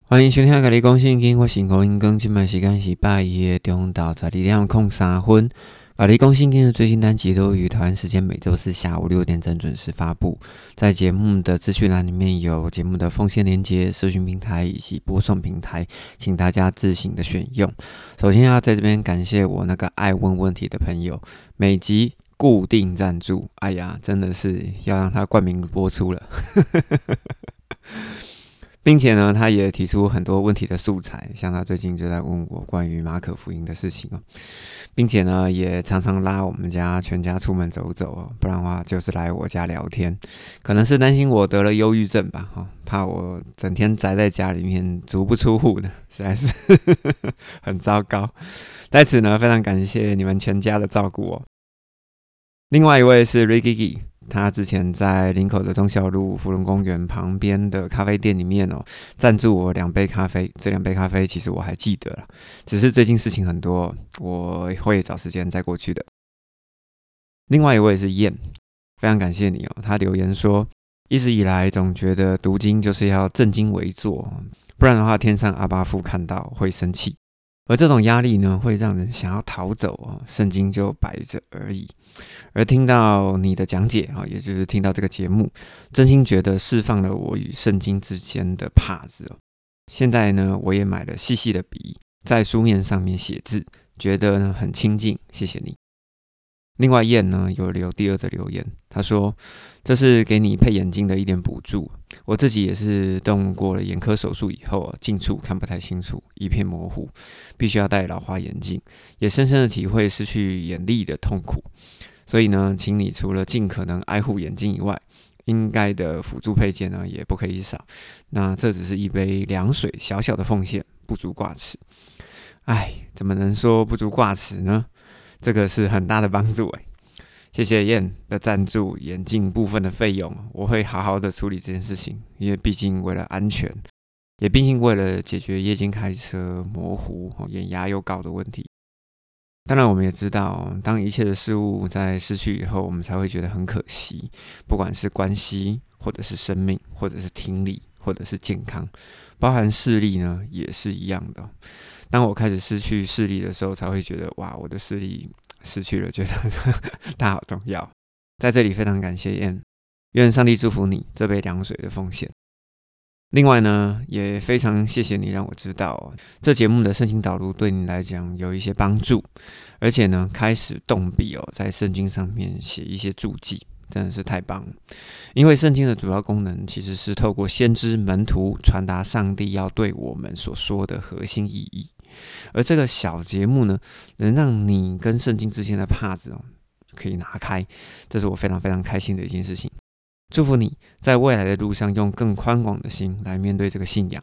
欢迎收听甲你讲圣经，我是吴英庚，今麦时间是8月1日中昼12:03。甲你讲圣经的最新单集都于台湾时间每周四下午6点整准时发布。在节目的资讯栏里面有节目的奉献连结、社群平台以及播送平台，请大家自行的选用。首先要在这边感谢我那个爱问问题的朋友，每集固定赞助，哎呀，真的是要让他冠名播出了。并且呢，他也提出很多问题的素材，像他最近就在问我关于马可福音的事情哦，并且呢，也常常拉我们家全家出门走走哦，不然的话就是来我家聊天，可能是担心我得了忧郁症吧，怕我整天宅在家里面足不出户的，实在是很糟糕。在此呢，非常感谢你们全家的照顾哦。另外一位是 Ricky， 他之前在林口的忠孝路福伦公园旁边的咖啡店里面赞助我2杯咖啡。这2杯咖啡其实我还记得了，只是最近事情很多，我会找时间再过去的。另外一位是燕，非常感谢你他留言说，一直以来总觉得读经就是要正经为坐，不然的话天上阿爸父看到会生气，而这种压力呢，会让人想要逃走圣经就摆着而已。而听到你的讲解也就是听到这个节目，真心觉得释放了我与圣经之间的帕子现在呢，我也买了细细的笔，在书面上面写字，觉得呢很亲近，谢谢你。另外燕呢有留第二则留言，他说这是给你配眼镜的一点补助，我自己也是动过了眼科手术以后近处看不太清楚，一片模糊，必须要戴老花眼镜，也深深的体会失去眼力的痛苦，所以呢，请你除了尽可能爱护眼睛以外，应该的辅助配件呢也不可以少。那这只是一杯凉水，小小的奉献，不足挂齿。怎么能说不足挂齿呢？这个是很大的帮助谢谢燕的赞助眼镜部分的费用，我会好好的处理这件事情，因为毕竟为了安全，也毕竟为了解决夜间开车模糊、眼压又高的问题。当然我们也知道，当一切的事物在失去以后，我们才会觉得很可惜，不管是关系，或者是生命，或者是听力，或者是健康，包含视力呢也是一样的。当我开始失去视力的时候，才会觉得哇，我的视力失去了，觉得它好重要。在这里非常感谢燕，愿上帝祝福你这杯凉水的奉献。另外呢，也非常谢谢你让我知道这节目的圣经导读对你来讲有一些帮助，而且呢，开始动笔在圣经上面写一些注记，真的是太棒了。因为圣经的主要功能其实是透过先知门徒传达上帝要对我们所说的核心意义，而这个小节目呢，能让你跟圣经之间的帕子可以拿开，这是我非常非常开心的一件事情。祝福你在未来的路上用更宽广的心来面对这个信仰。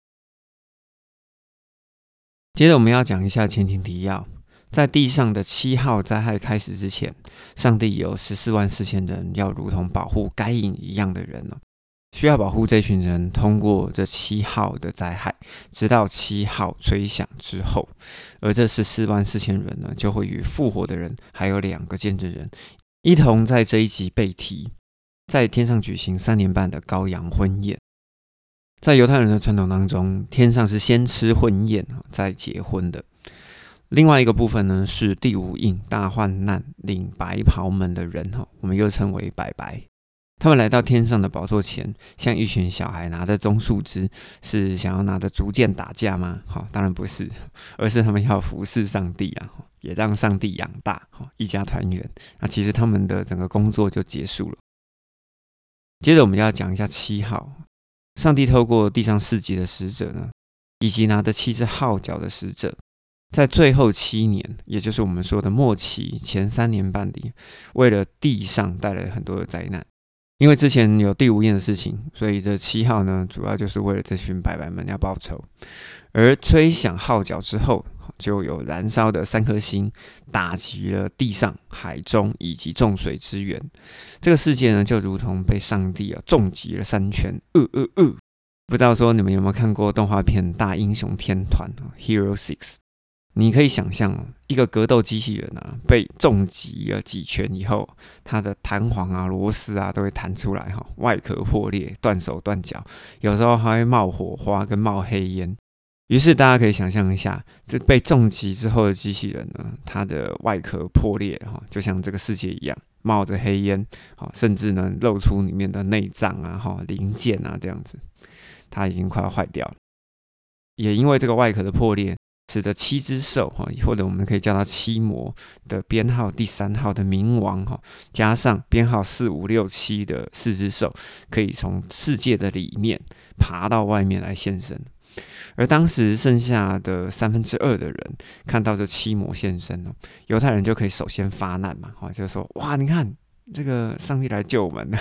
接着我们要讲一下前情提要，在地上的7号灾害开始之前，上帝有144000人要如同保护该隐一样的人需要保护这群人通过这7号的灾害，直到7号吹响之后，而这144000人呢，就会与复活的人还有2个见证人一同在这一集被提，在天上举行3年半的羔羊婚宴。在犹太人的传统当中，天上是先吃婚宴再结婚的。另外一个部分呢，是第5印大患难领白袍们的人我们又称为白白。他们来到天上的宝座前，像一群小孩拿着棕树枝，是想要拿着竹剑打架吗？当然不是，而是他们要服侍上帝也让上帝养大，一家团圆。那其实他们的整个工作就结束了。接着我们要讲一下7号，上帝透过地上4级的使者呢，以及拿着7只号角的使者，在最后7年，也就是我们说的末期前3年半里，为了地上带来很多的灾难。因为之前有第5印的事情，所以这7号呢，主要就是为了这群白白们要报仇。而吹响号角之后，就有燃烧的3颗星打击了地上、海中以及众水之源。这个世界呢，就如同被上帝重击了3拳。不知道说你们有没有看过动画片《大英雄天团》Hero 6？ 你可以想象一个格斗机器人啊，被重击了几拳以后，它的弹簧啊、螺丝啊都会弹出来外壳破裂、断手断脚，有时候还会冒火花跟冒黑烟。于是大家可以想象一下，这被重击之后的机器人呢，它的外壳破裂就像这个世界一样，冒着黑烟，甚至呢露出里面的内脏啊、零件啊这样子，它已经快要坏掉了。也因为这个外壳的破裂，使得七只兽或者我们可以叫它七魔的编号第3号的冥王加上编号4、5、6、7的4只兽，可以从世界的里面爬到外面来现身。而当时剩下的2/3的人看到这七魔现身犹太人就可以首先发难嘛，就说哇，你看这个上帝来救我们了，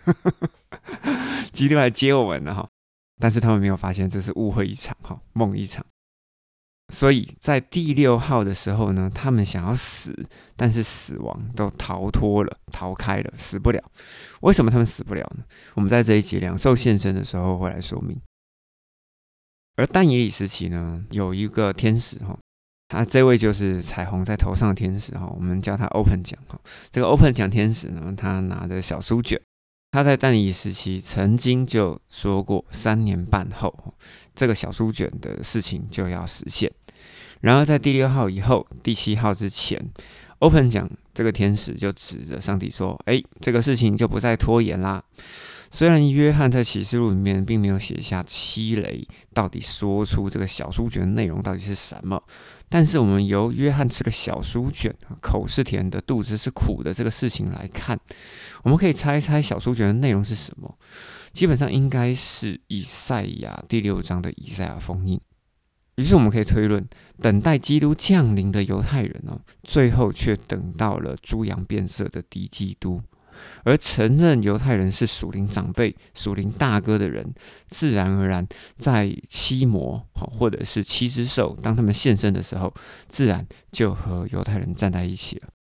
基督来接我们了但是他们没有发现这是误会一场梦一场。所以在第6号的时候呢，他们想要死，但是死亡都逃脱了、逃开了，死不了。为什么他们死不了呢？我们在这一节两兽现身的时候会来说明。而但以理时期呢，有一个天使他这位就是彩虹在头上的天使我们叫他 Open 奖这个 Open 奖天使呢，他拿着小书卷。他在但以理时期曾经就说过，3年半后，这个小书卷的事情就要实现。然而在第6号以后，第7号之前 ，Open 讲这个天使就指着上帝说：“这个事情就不再拖延啦。”虽然约翰在启示录里面并没有写下7雷，到底说出这个小书卷的内容到底是什么，但是我们由约翰吃了小书卷，口是甜的，肚子是苦的这个事情来看，我们可以猜一猜小书卷的内容是什么。基本上应该是以赛亚第6章的以赛亚封印。于是我们可以推论，等待基督降临的犹太人最后却等到了猪羊变色的敌基督。而承认犹太人是属灵长辈、属灵大哥的人，自然而然在七魔或者是七只兽，当他们现身的时候，自然就和犹太人站在一起了。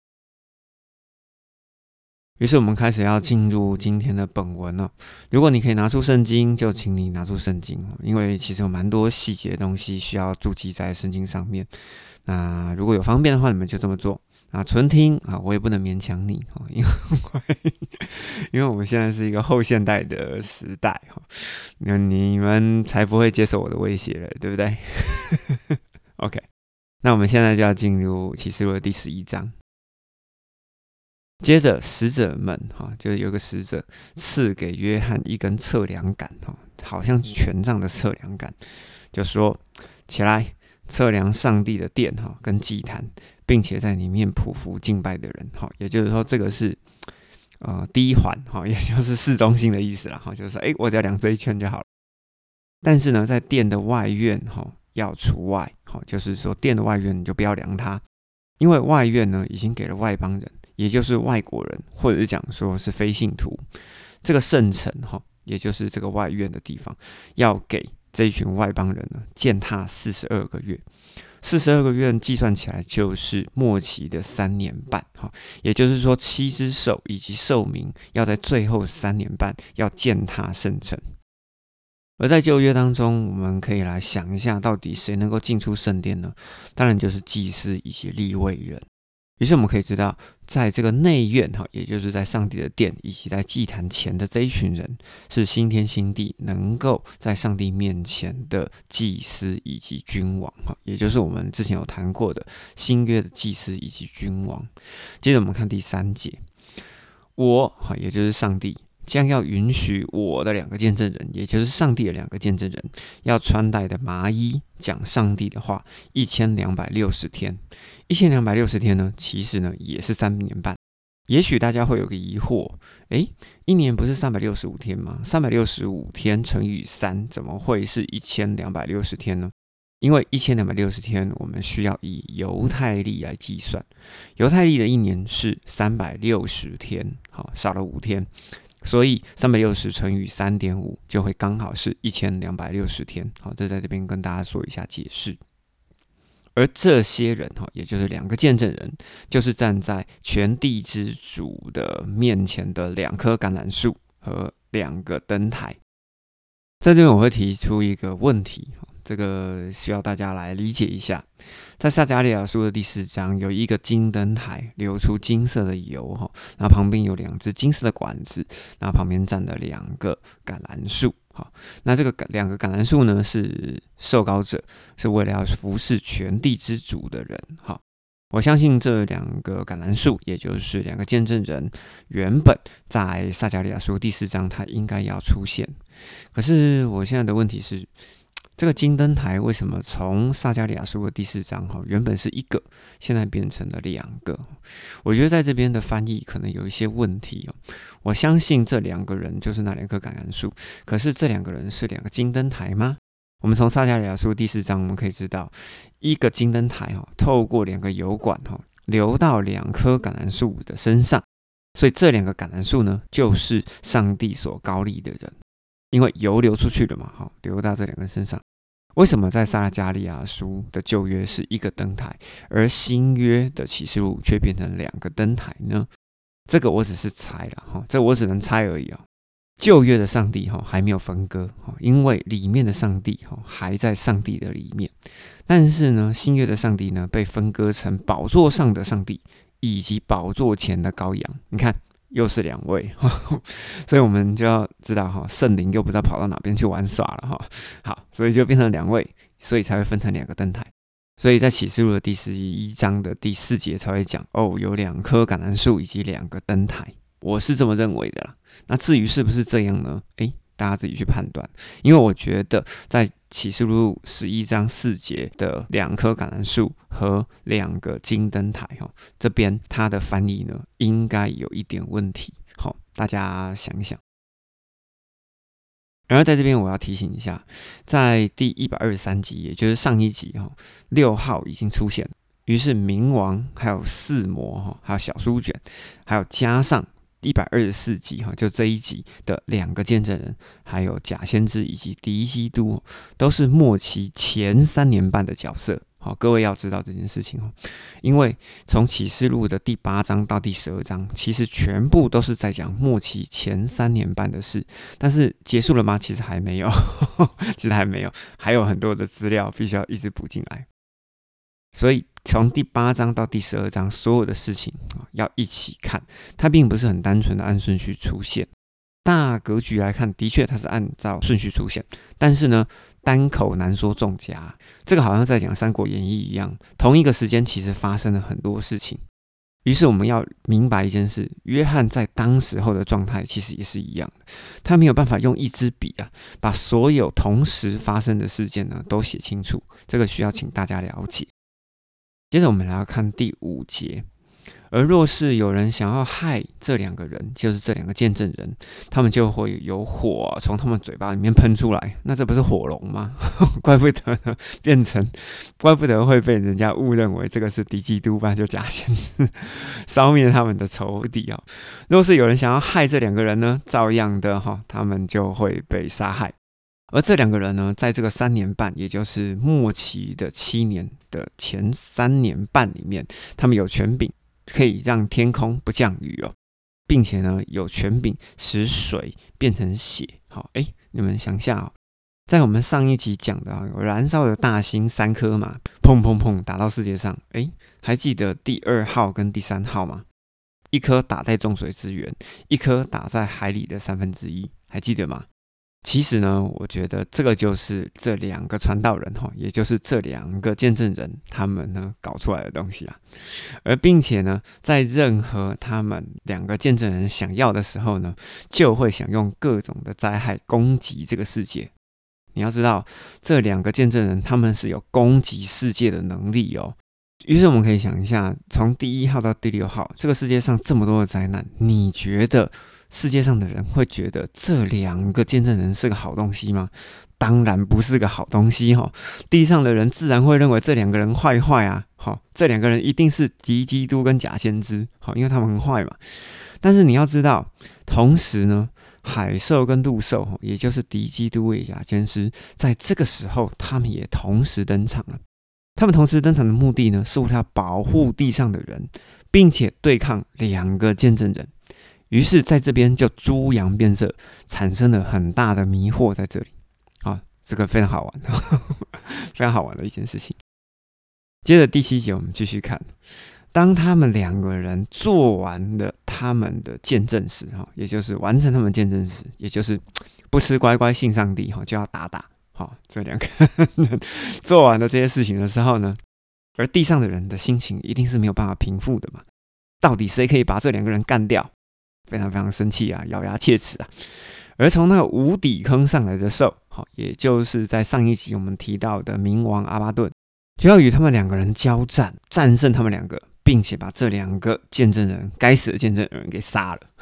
于是我们开始要进入今天的本文了。如果你可以拿出圣经，就请你拿出圣经，因为其实有蛮多细节的东西需要注记在圣经上面。那如果有方便的话，你们就这么做。纯听我也不能勉强你因为我们现在是一个后现代的时代你们才不会接受我的威胁了，对不对？OK， 那我们现在就要进入启示录的第11章。接着使者们就是有个使者赐给约翰一根测量杆好像权杖的测量杆，就说起来测量上帝的殿跟祭坛，并且在里面匍匐敬拜的人也就是说这个是第一环也就是市中心的意思啦就是说我只要量这一圈就好了。但是呢，在殿的外院要除外就是说殿的外院你就不要量它，因为外院呢已经给了外邦人，也就是外国人，或者是讲说是非信徒，这个圣城也就是这个外院的地方，要给这一群外邦人呢践踏42个月。42个月计算起来就是末期的3年半也就是说7只兽以及兽民要在最后3年半要践踏圣城。而在旧约当中，我们可以来想一下，到底谁能够进出圣殿呢？当然就是祭司以及利未人。于是我们可以知道，在这个内院也就是在上帝的殿以及在祭坛前的这一群人，是新天新地能够在上帝面前的祭司以及君王也就是我们之前有谈过的新约的祭司以及君王。接着我们看第3节，我也就是上帝将要允许我的2个见证人，也就是上帝的2个见证人，要穿戴的麻衣讲上帝的话1260天。1260天呢，其实呢也是3年半。也许大家会有个疑惑，一年不是365天吗？365天乘以3，怎么会是1260天呢？因为1260天我们需要以犹太历来计算，犹太历的一年是360天，少了5天。所以360乘以 3.5 就会刚好是1260天。这在这边跟大家说一下解释。而这些人也就是2个见证人，就是站在全地之主的面前的2棵橄榄树和2个灯台。在这边我会提出一个问题， 这个需要大家来理解一下。在撒迦利亚书的第4章，有一个金灯台流出金色的油，那旁边有2只金色的管子，那旁边站了2个橄榄树。那这个2个橄榄树呢，是受膏者，是为了要服侍全地之主的人。我相信这2个橄榄树，也就是2个见证人，原本在撒迦利亚书第4章它应该要出现。可是我现在的问题是，这个金灯台为什么从撒迦利亚书的第4章原本是1个，现在变成了2个？我觉得在这边的翻译可能有一些问题。我相信这2个人就是那2棵橄榄树，可是这2个人是2个金灯台吗？我们从撒迦利亚书第4章我们可以知道，一个金灯台透过2个油管流到2棵橄榄树的身上，所以这2个橄榄树呢，就是上帝所膏立的人，因为油流出去了嘛，流到这2个身上。为什么在撒迦利亚书的旧约是1个灯台，而新约的启示录却变成2个灯台呢？这个我只是猜啦，这我只能猜而已。旧约的上帝还没有分割，因为里面的上帝还在上帝的里面。但是呢，新约的上帝呢，被分割成宝座上的上帝以及宝座前的羔羊。你看，又是2位，所以我们就要知道圣灵又不知道跑到哪边去玩耍了。好，所以就变成2位，所以才会分成2个灯台。所以在启示录的第11章的第4节才会讲有2棵橄榄树以及2个灯台。我是这么认为的啦。那至于是不是这样呢？大家自己去判断。因为我觉得在启示录11章4节的2棵橄榄树和2个金灯台这边它的翻译呢，应该有一点问题。大家想一想。然后在这边我要提醒一下，在第123集，也就是上一集6号已经出现了。于是冥王还有4魔还有小书卷，还有加上124集就这一集的2个见证人，还有假先知以及敌基督，都是末期前3年半的角色。各位要知道这件事情因为从启示录的第8章到第12章，其实全部都是在讲末期前3年半的事。但是结束了吗？其实还没有，其实还没有，还有很多的资料必须要一直补进来。所以从第8章到第12章，所有的事情要一起看，它并不是很单纯的按顺序出现。大格局来看，的确它是按照顺序出现，但是呢，单口难说众家，这个好像在讲《三国演义》一样，同一个时间其实发生了很多事情。于是我们要明白一件事，约翰在当时候的状态其实也是一样的，他没有办法用一支笔把所有同时发生的事件呢都写清楚，这个需要请大家了解。接着我们来要看第5节，而若是有人想要害这2个人，就是这2个见证人，他们就会有火从他们嘴巴里面喷出来，那这不是火龙吗？怪不得呢，怪不得会被人家误认为这个是敌基督吧，就假先知，烧灭他们的仇敌。若是有人想要害这2个人呢，照样的他们就会被杀害。而这2个人呢，在这个3年半，也就是末期的7年的前3年半里面，他们有权柄可以让天空不降雨并且呢有权柄使水变成血。你们想一下在我们上一集讲的有燃烧的大星3颗嘛，砰砰砰打到世界上。还记得第2号跟第3号吗？一颗打在众水之源，一颗打在海里的1/3，还记得吗？其实呢，我觉得这个就是这2个传道人也就是这2个见证人他们呢搞出来的东西啦。而并且呢，在任何他们2个见证人想要的时候呢，就会想用各种的灾害攻击这个世界。你要知道，这2个见证人他们是有攻击世界的能力于是我们可以想一下，从第1号到第6号，这个世界上这么多的灾难，你觉得世界上的人会觉得这2个见证人是个好东西吗？当然不是个好东西地上的人自然会认为这2个人坏啊，这2个人一定是敌基督跟假先知，因为他们很坏嘛。但是你要知道，同时呢，海兽跟陆兽，也就是敌基督与假先知，在这个时候他们也同时登场了。他们同时登场的目的呢，是为了保护地上的人，并且对抗2个见证人。于是在这边就猪羊变色，产生了很大的迷惑在这里。这个非常好玩。 非常好玩的一件事情。接着第7节我们继续看，当他们2个人做完了他们的见证时，也就是完成他们见证时，也就是不吃乖乖信上帝就要打，这2个人做完了这些事情的时候呢，而地上的人的心情一定是没有办法平复的嘛。到底谁可以把这2个人干掉？非常非常生气啊，咬牙切齿啊。而从那个无底坑上来的兽，也就是在上一集我们提到的冥王阿巴顿，就要与他们2个人交战，战胜他们2个，并且把这2个见证人，该死的见证人给杀了。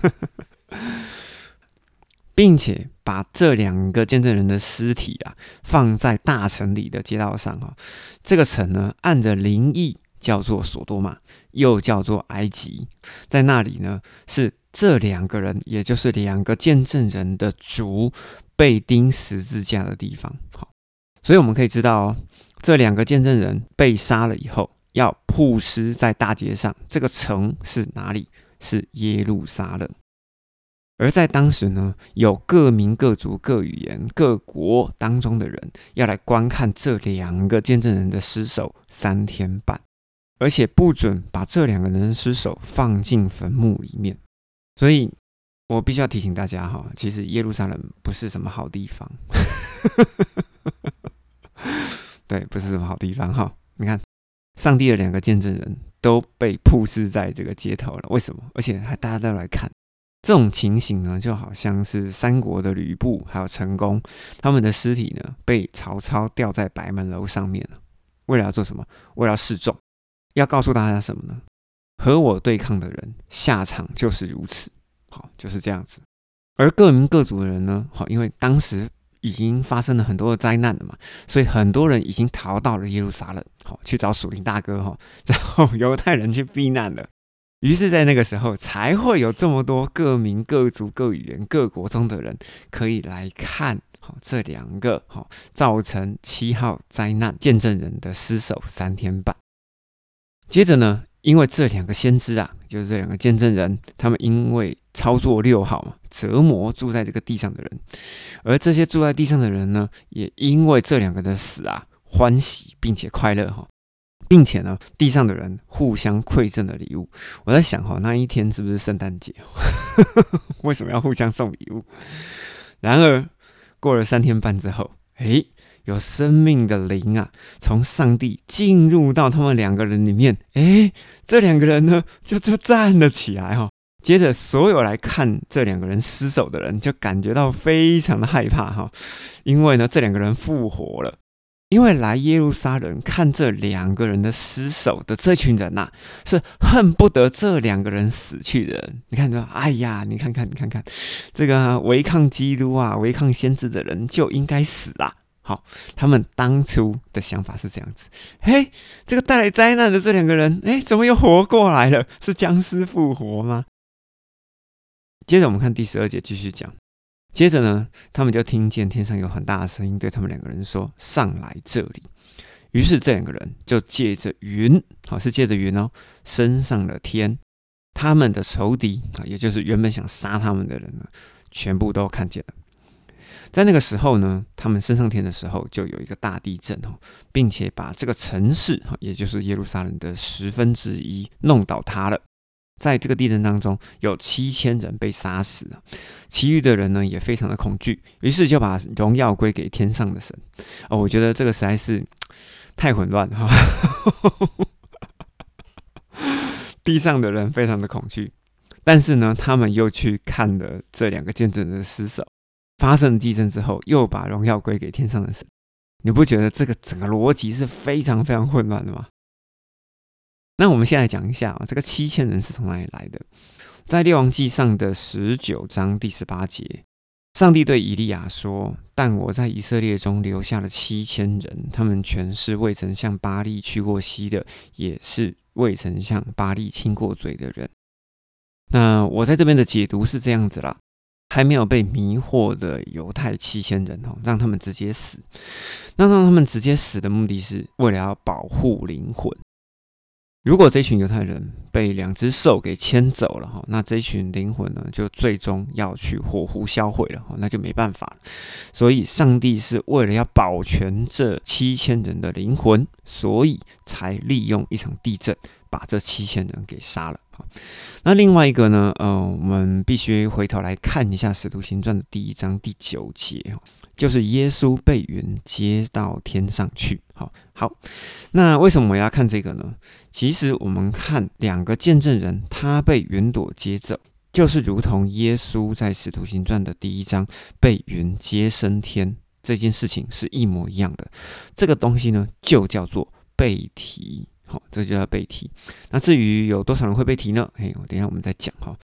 并且把这2个见证人的尸体放在大城里的街道上。这个城呢，按着灵意叫做索多玛，又叫做埃及。在那里呢，是这2个人，也就是2个见证人的主被钉十字架的地方。所以我们可以知道这2个见证人被杀了以后，要曝尸在大街上。这个城是哪里？是耶路撒冷。而在当时呢，有各民各族各语言各国当中的人要来观看这2个见证人的尸首3天半，而且不准把这2个人的尸首放进坟墓里面。所以我必须要提醒大家其实耶路撒冷不是什么好地方。对，不是什么好地方你看，上帝的2个见证人都被曝尸在这个街头了，为什么？而且还大家都来看。这种情形呢，就好像是三国的吕布还有陈宫，他们的尸体呢被曹操吊在白门楼上面了。为了要做什么？为了要示众，要告诉大家什么呢？和我对抗的人下场就是如此，就是这样子。而各民各族的人呢，因为当时已经发生了很多的灾难了嘛，所以很多人已经逃到了耶路撒冷，去找属灵大哥，找犹太人去避难了。于是在那个时候才会有这么多各民各族各语言各国中的人可以来看这2个造成7号灾难见证人的尸首3天半。接着呢，因为这2个先知就是这2个见证人，他们因为操作6号嘛，折磨住在这个地上的人，而这些住在地上的人呢，也因为这2个的死欢喜并且快乐并且呢，地上的人互相馈赠的礼物。我在想那一天是不是圣诞节？为什么要互相送礼物？然而过了3天半之后，有生命的灵从上帝进入到他们2个人里面，这2个人呢就站了起来接着所有来看这2个人尸首的人就感觉到非常的害怕因为呢这2个人复活了。因为来耶路撒冷看这2个人的尸首的这群人是恨不得这2个人死去的人。你看哎呀，你看看这个违抗基督违抗先知的人就应该死好，他们当初的想法是这样子。这个带来灾难的这2个人怎么又活过来了？是僵尸复活吗？接着我们看第12节继续讲。接着呢，他们就听见天上有很大的声音对他们2个人说，上来这里。于是这2个人就借着云，是借着云升上了天。他们的仇敌也就是原本想杀他们的人呢，全部都看见了。在那个时候呢，他们升上天的时候就有一个大地震并且把这个城市也就是耶路撒冷的1/10弄倒塌了。在这个地震当中，有7000人被杀死了，其余的人呢也非常的恐惧，于是就把荣耀归给天上的神。我觉得这个实在是太混乱了地上的人非常的恐惧，但是呢，他们又去看了这2个见证人的尸首。发生地震之后，又把荣耀归给天上的神。你不觉得这个整个逻辑是非常非常混乱的吗？那我们现在讲一下这个7000人是从哪里来的。在列王纪上的19章第18节，上帝对以利亚说，但我在以色列中留下了7000人，他们全是未曾向巴力去过膝的，也是未曾向巴力亲过嘴的人。那我在这边的解读是这样子啦，还没有被迷惑的犹太7000人让他们直接死。那让他们直接死的目的是为了要保护灵魂。 如果这群犹太人被2只兽给牵走了，那这群灵魂呢，就最终要去火湖销毁了，那就没办法了。所以上帝是为了要保全这7000人的灵魂，所以才利用一场地震把这7000人给杀了。那另外一个呢，我们必须回头来看一下《使徒行传》的第1章第9节，就是耶稣被云接到天上去。好，那为什么我要看这个呢？其实我们看2个见证人，他被云朵接走，就是如同耶稣在《使徒行传》的第1章被云接升天这件事情是一模一样的。这个东西呢，就叫做被提。这就叫被提。那至于有多少人会被提呢？我等一下我们再讲。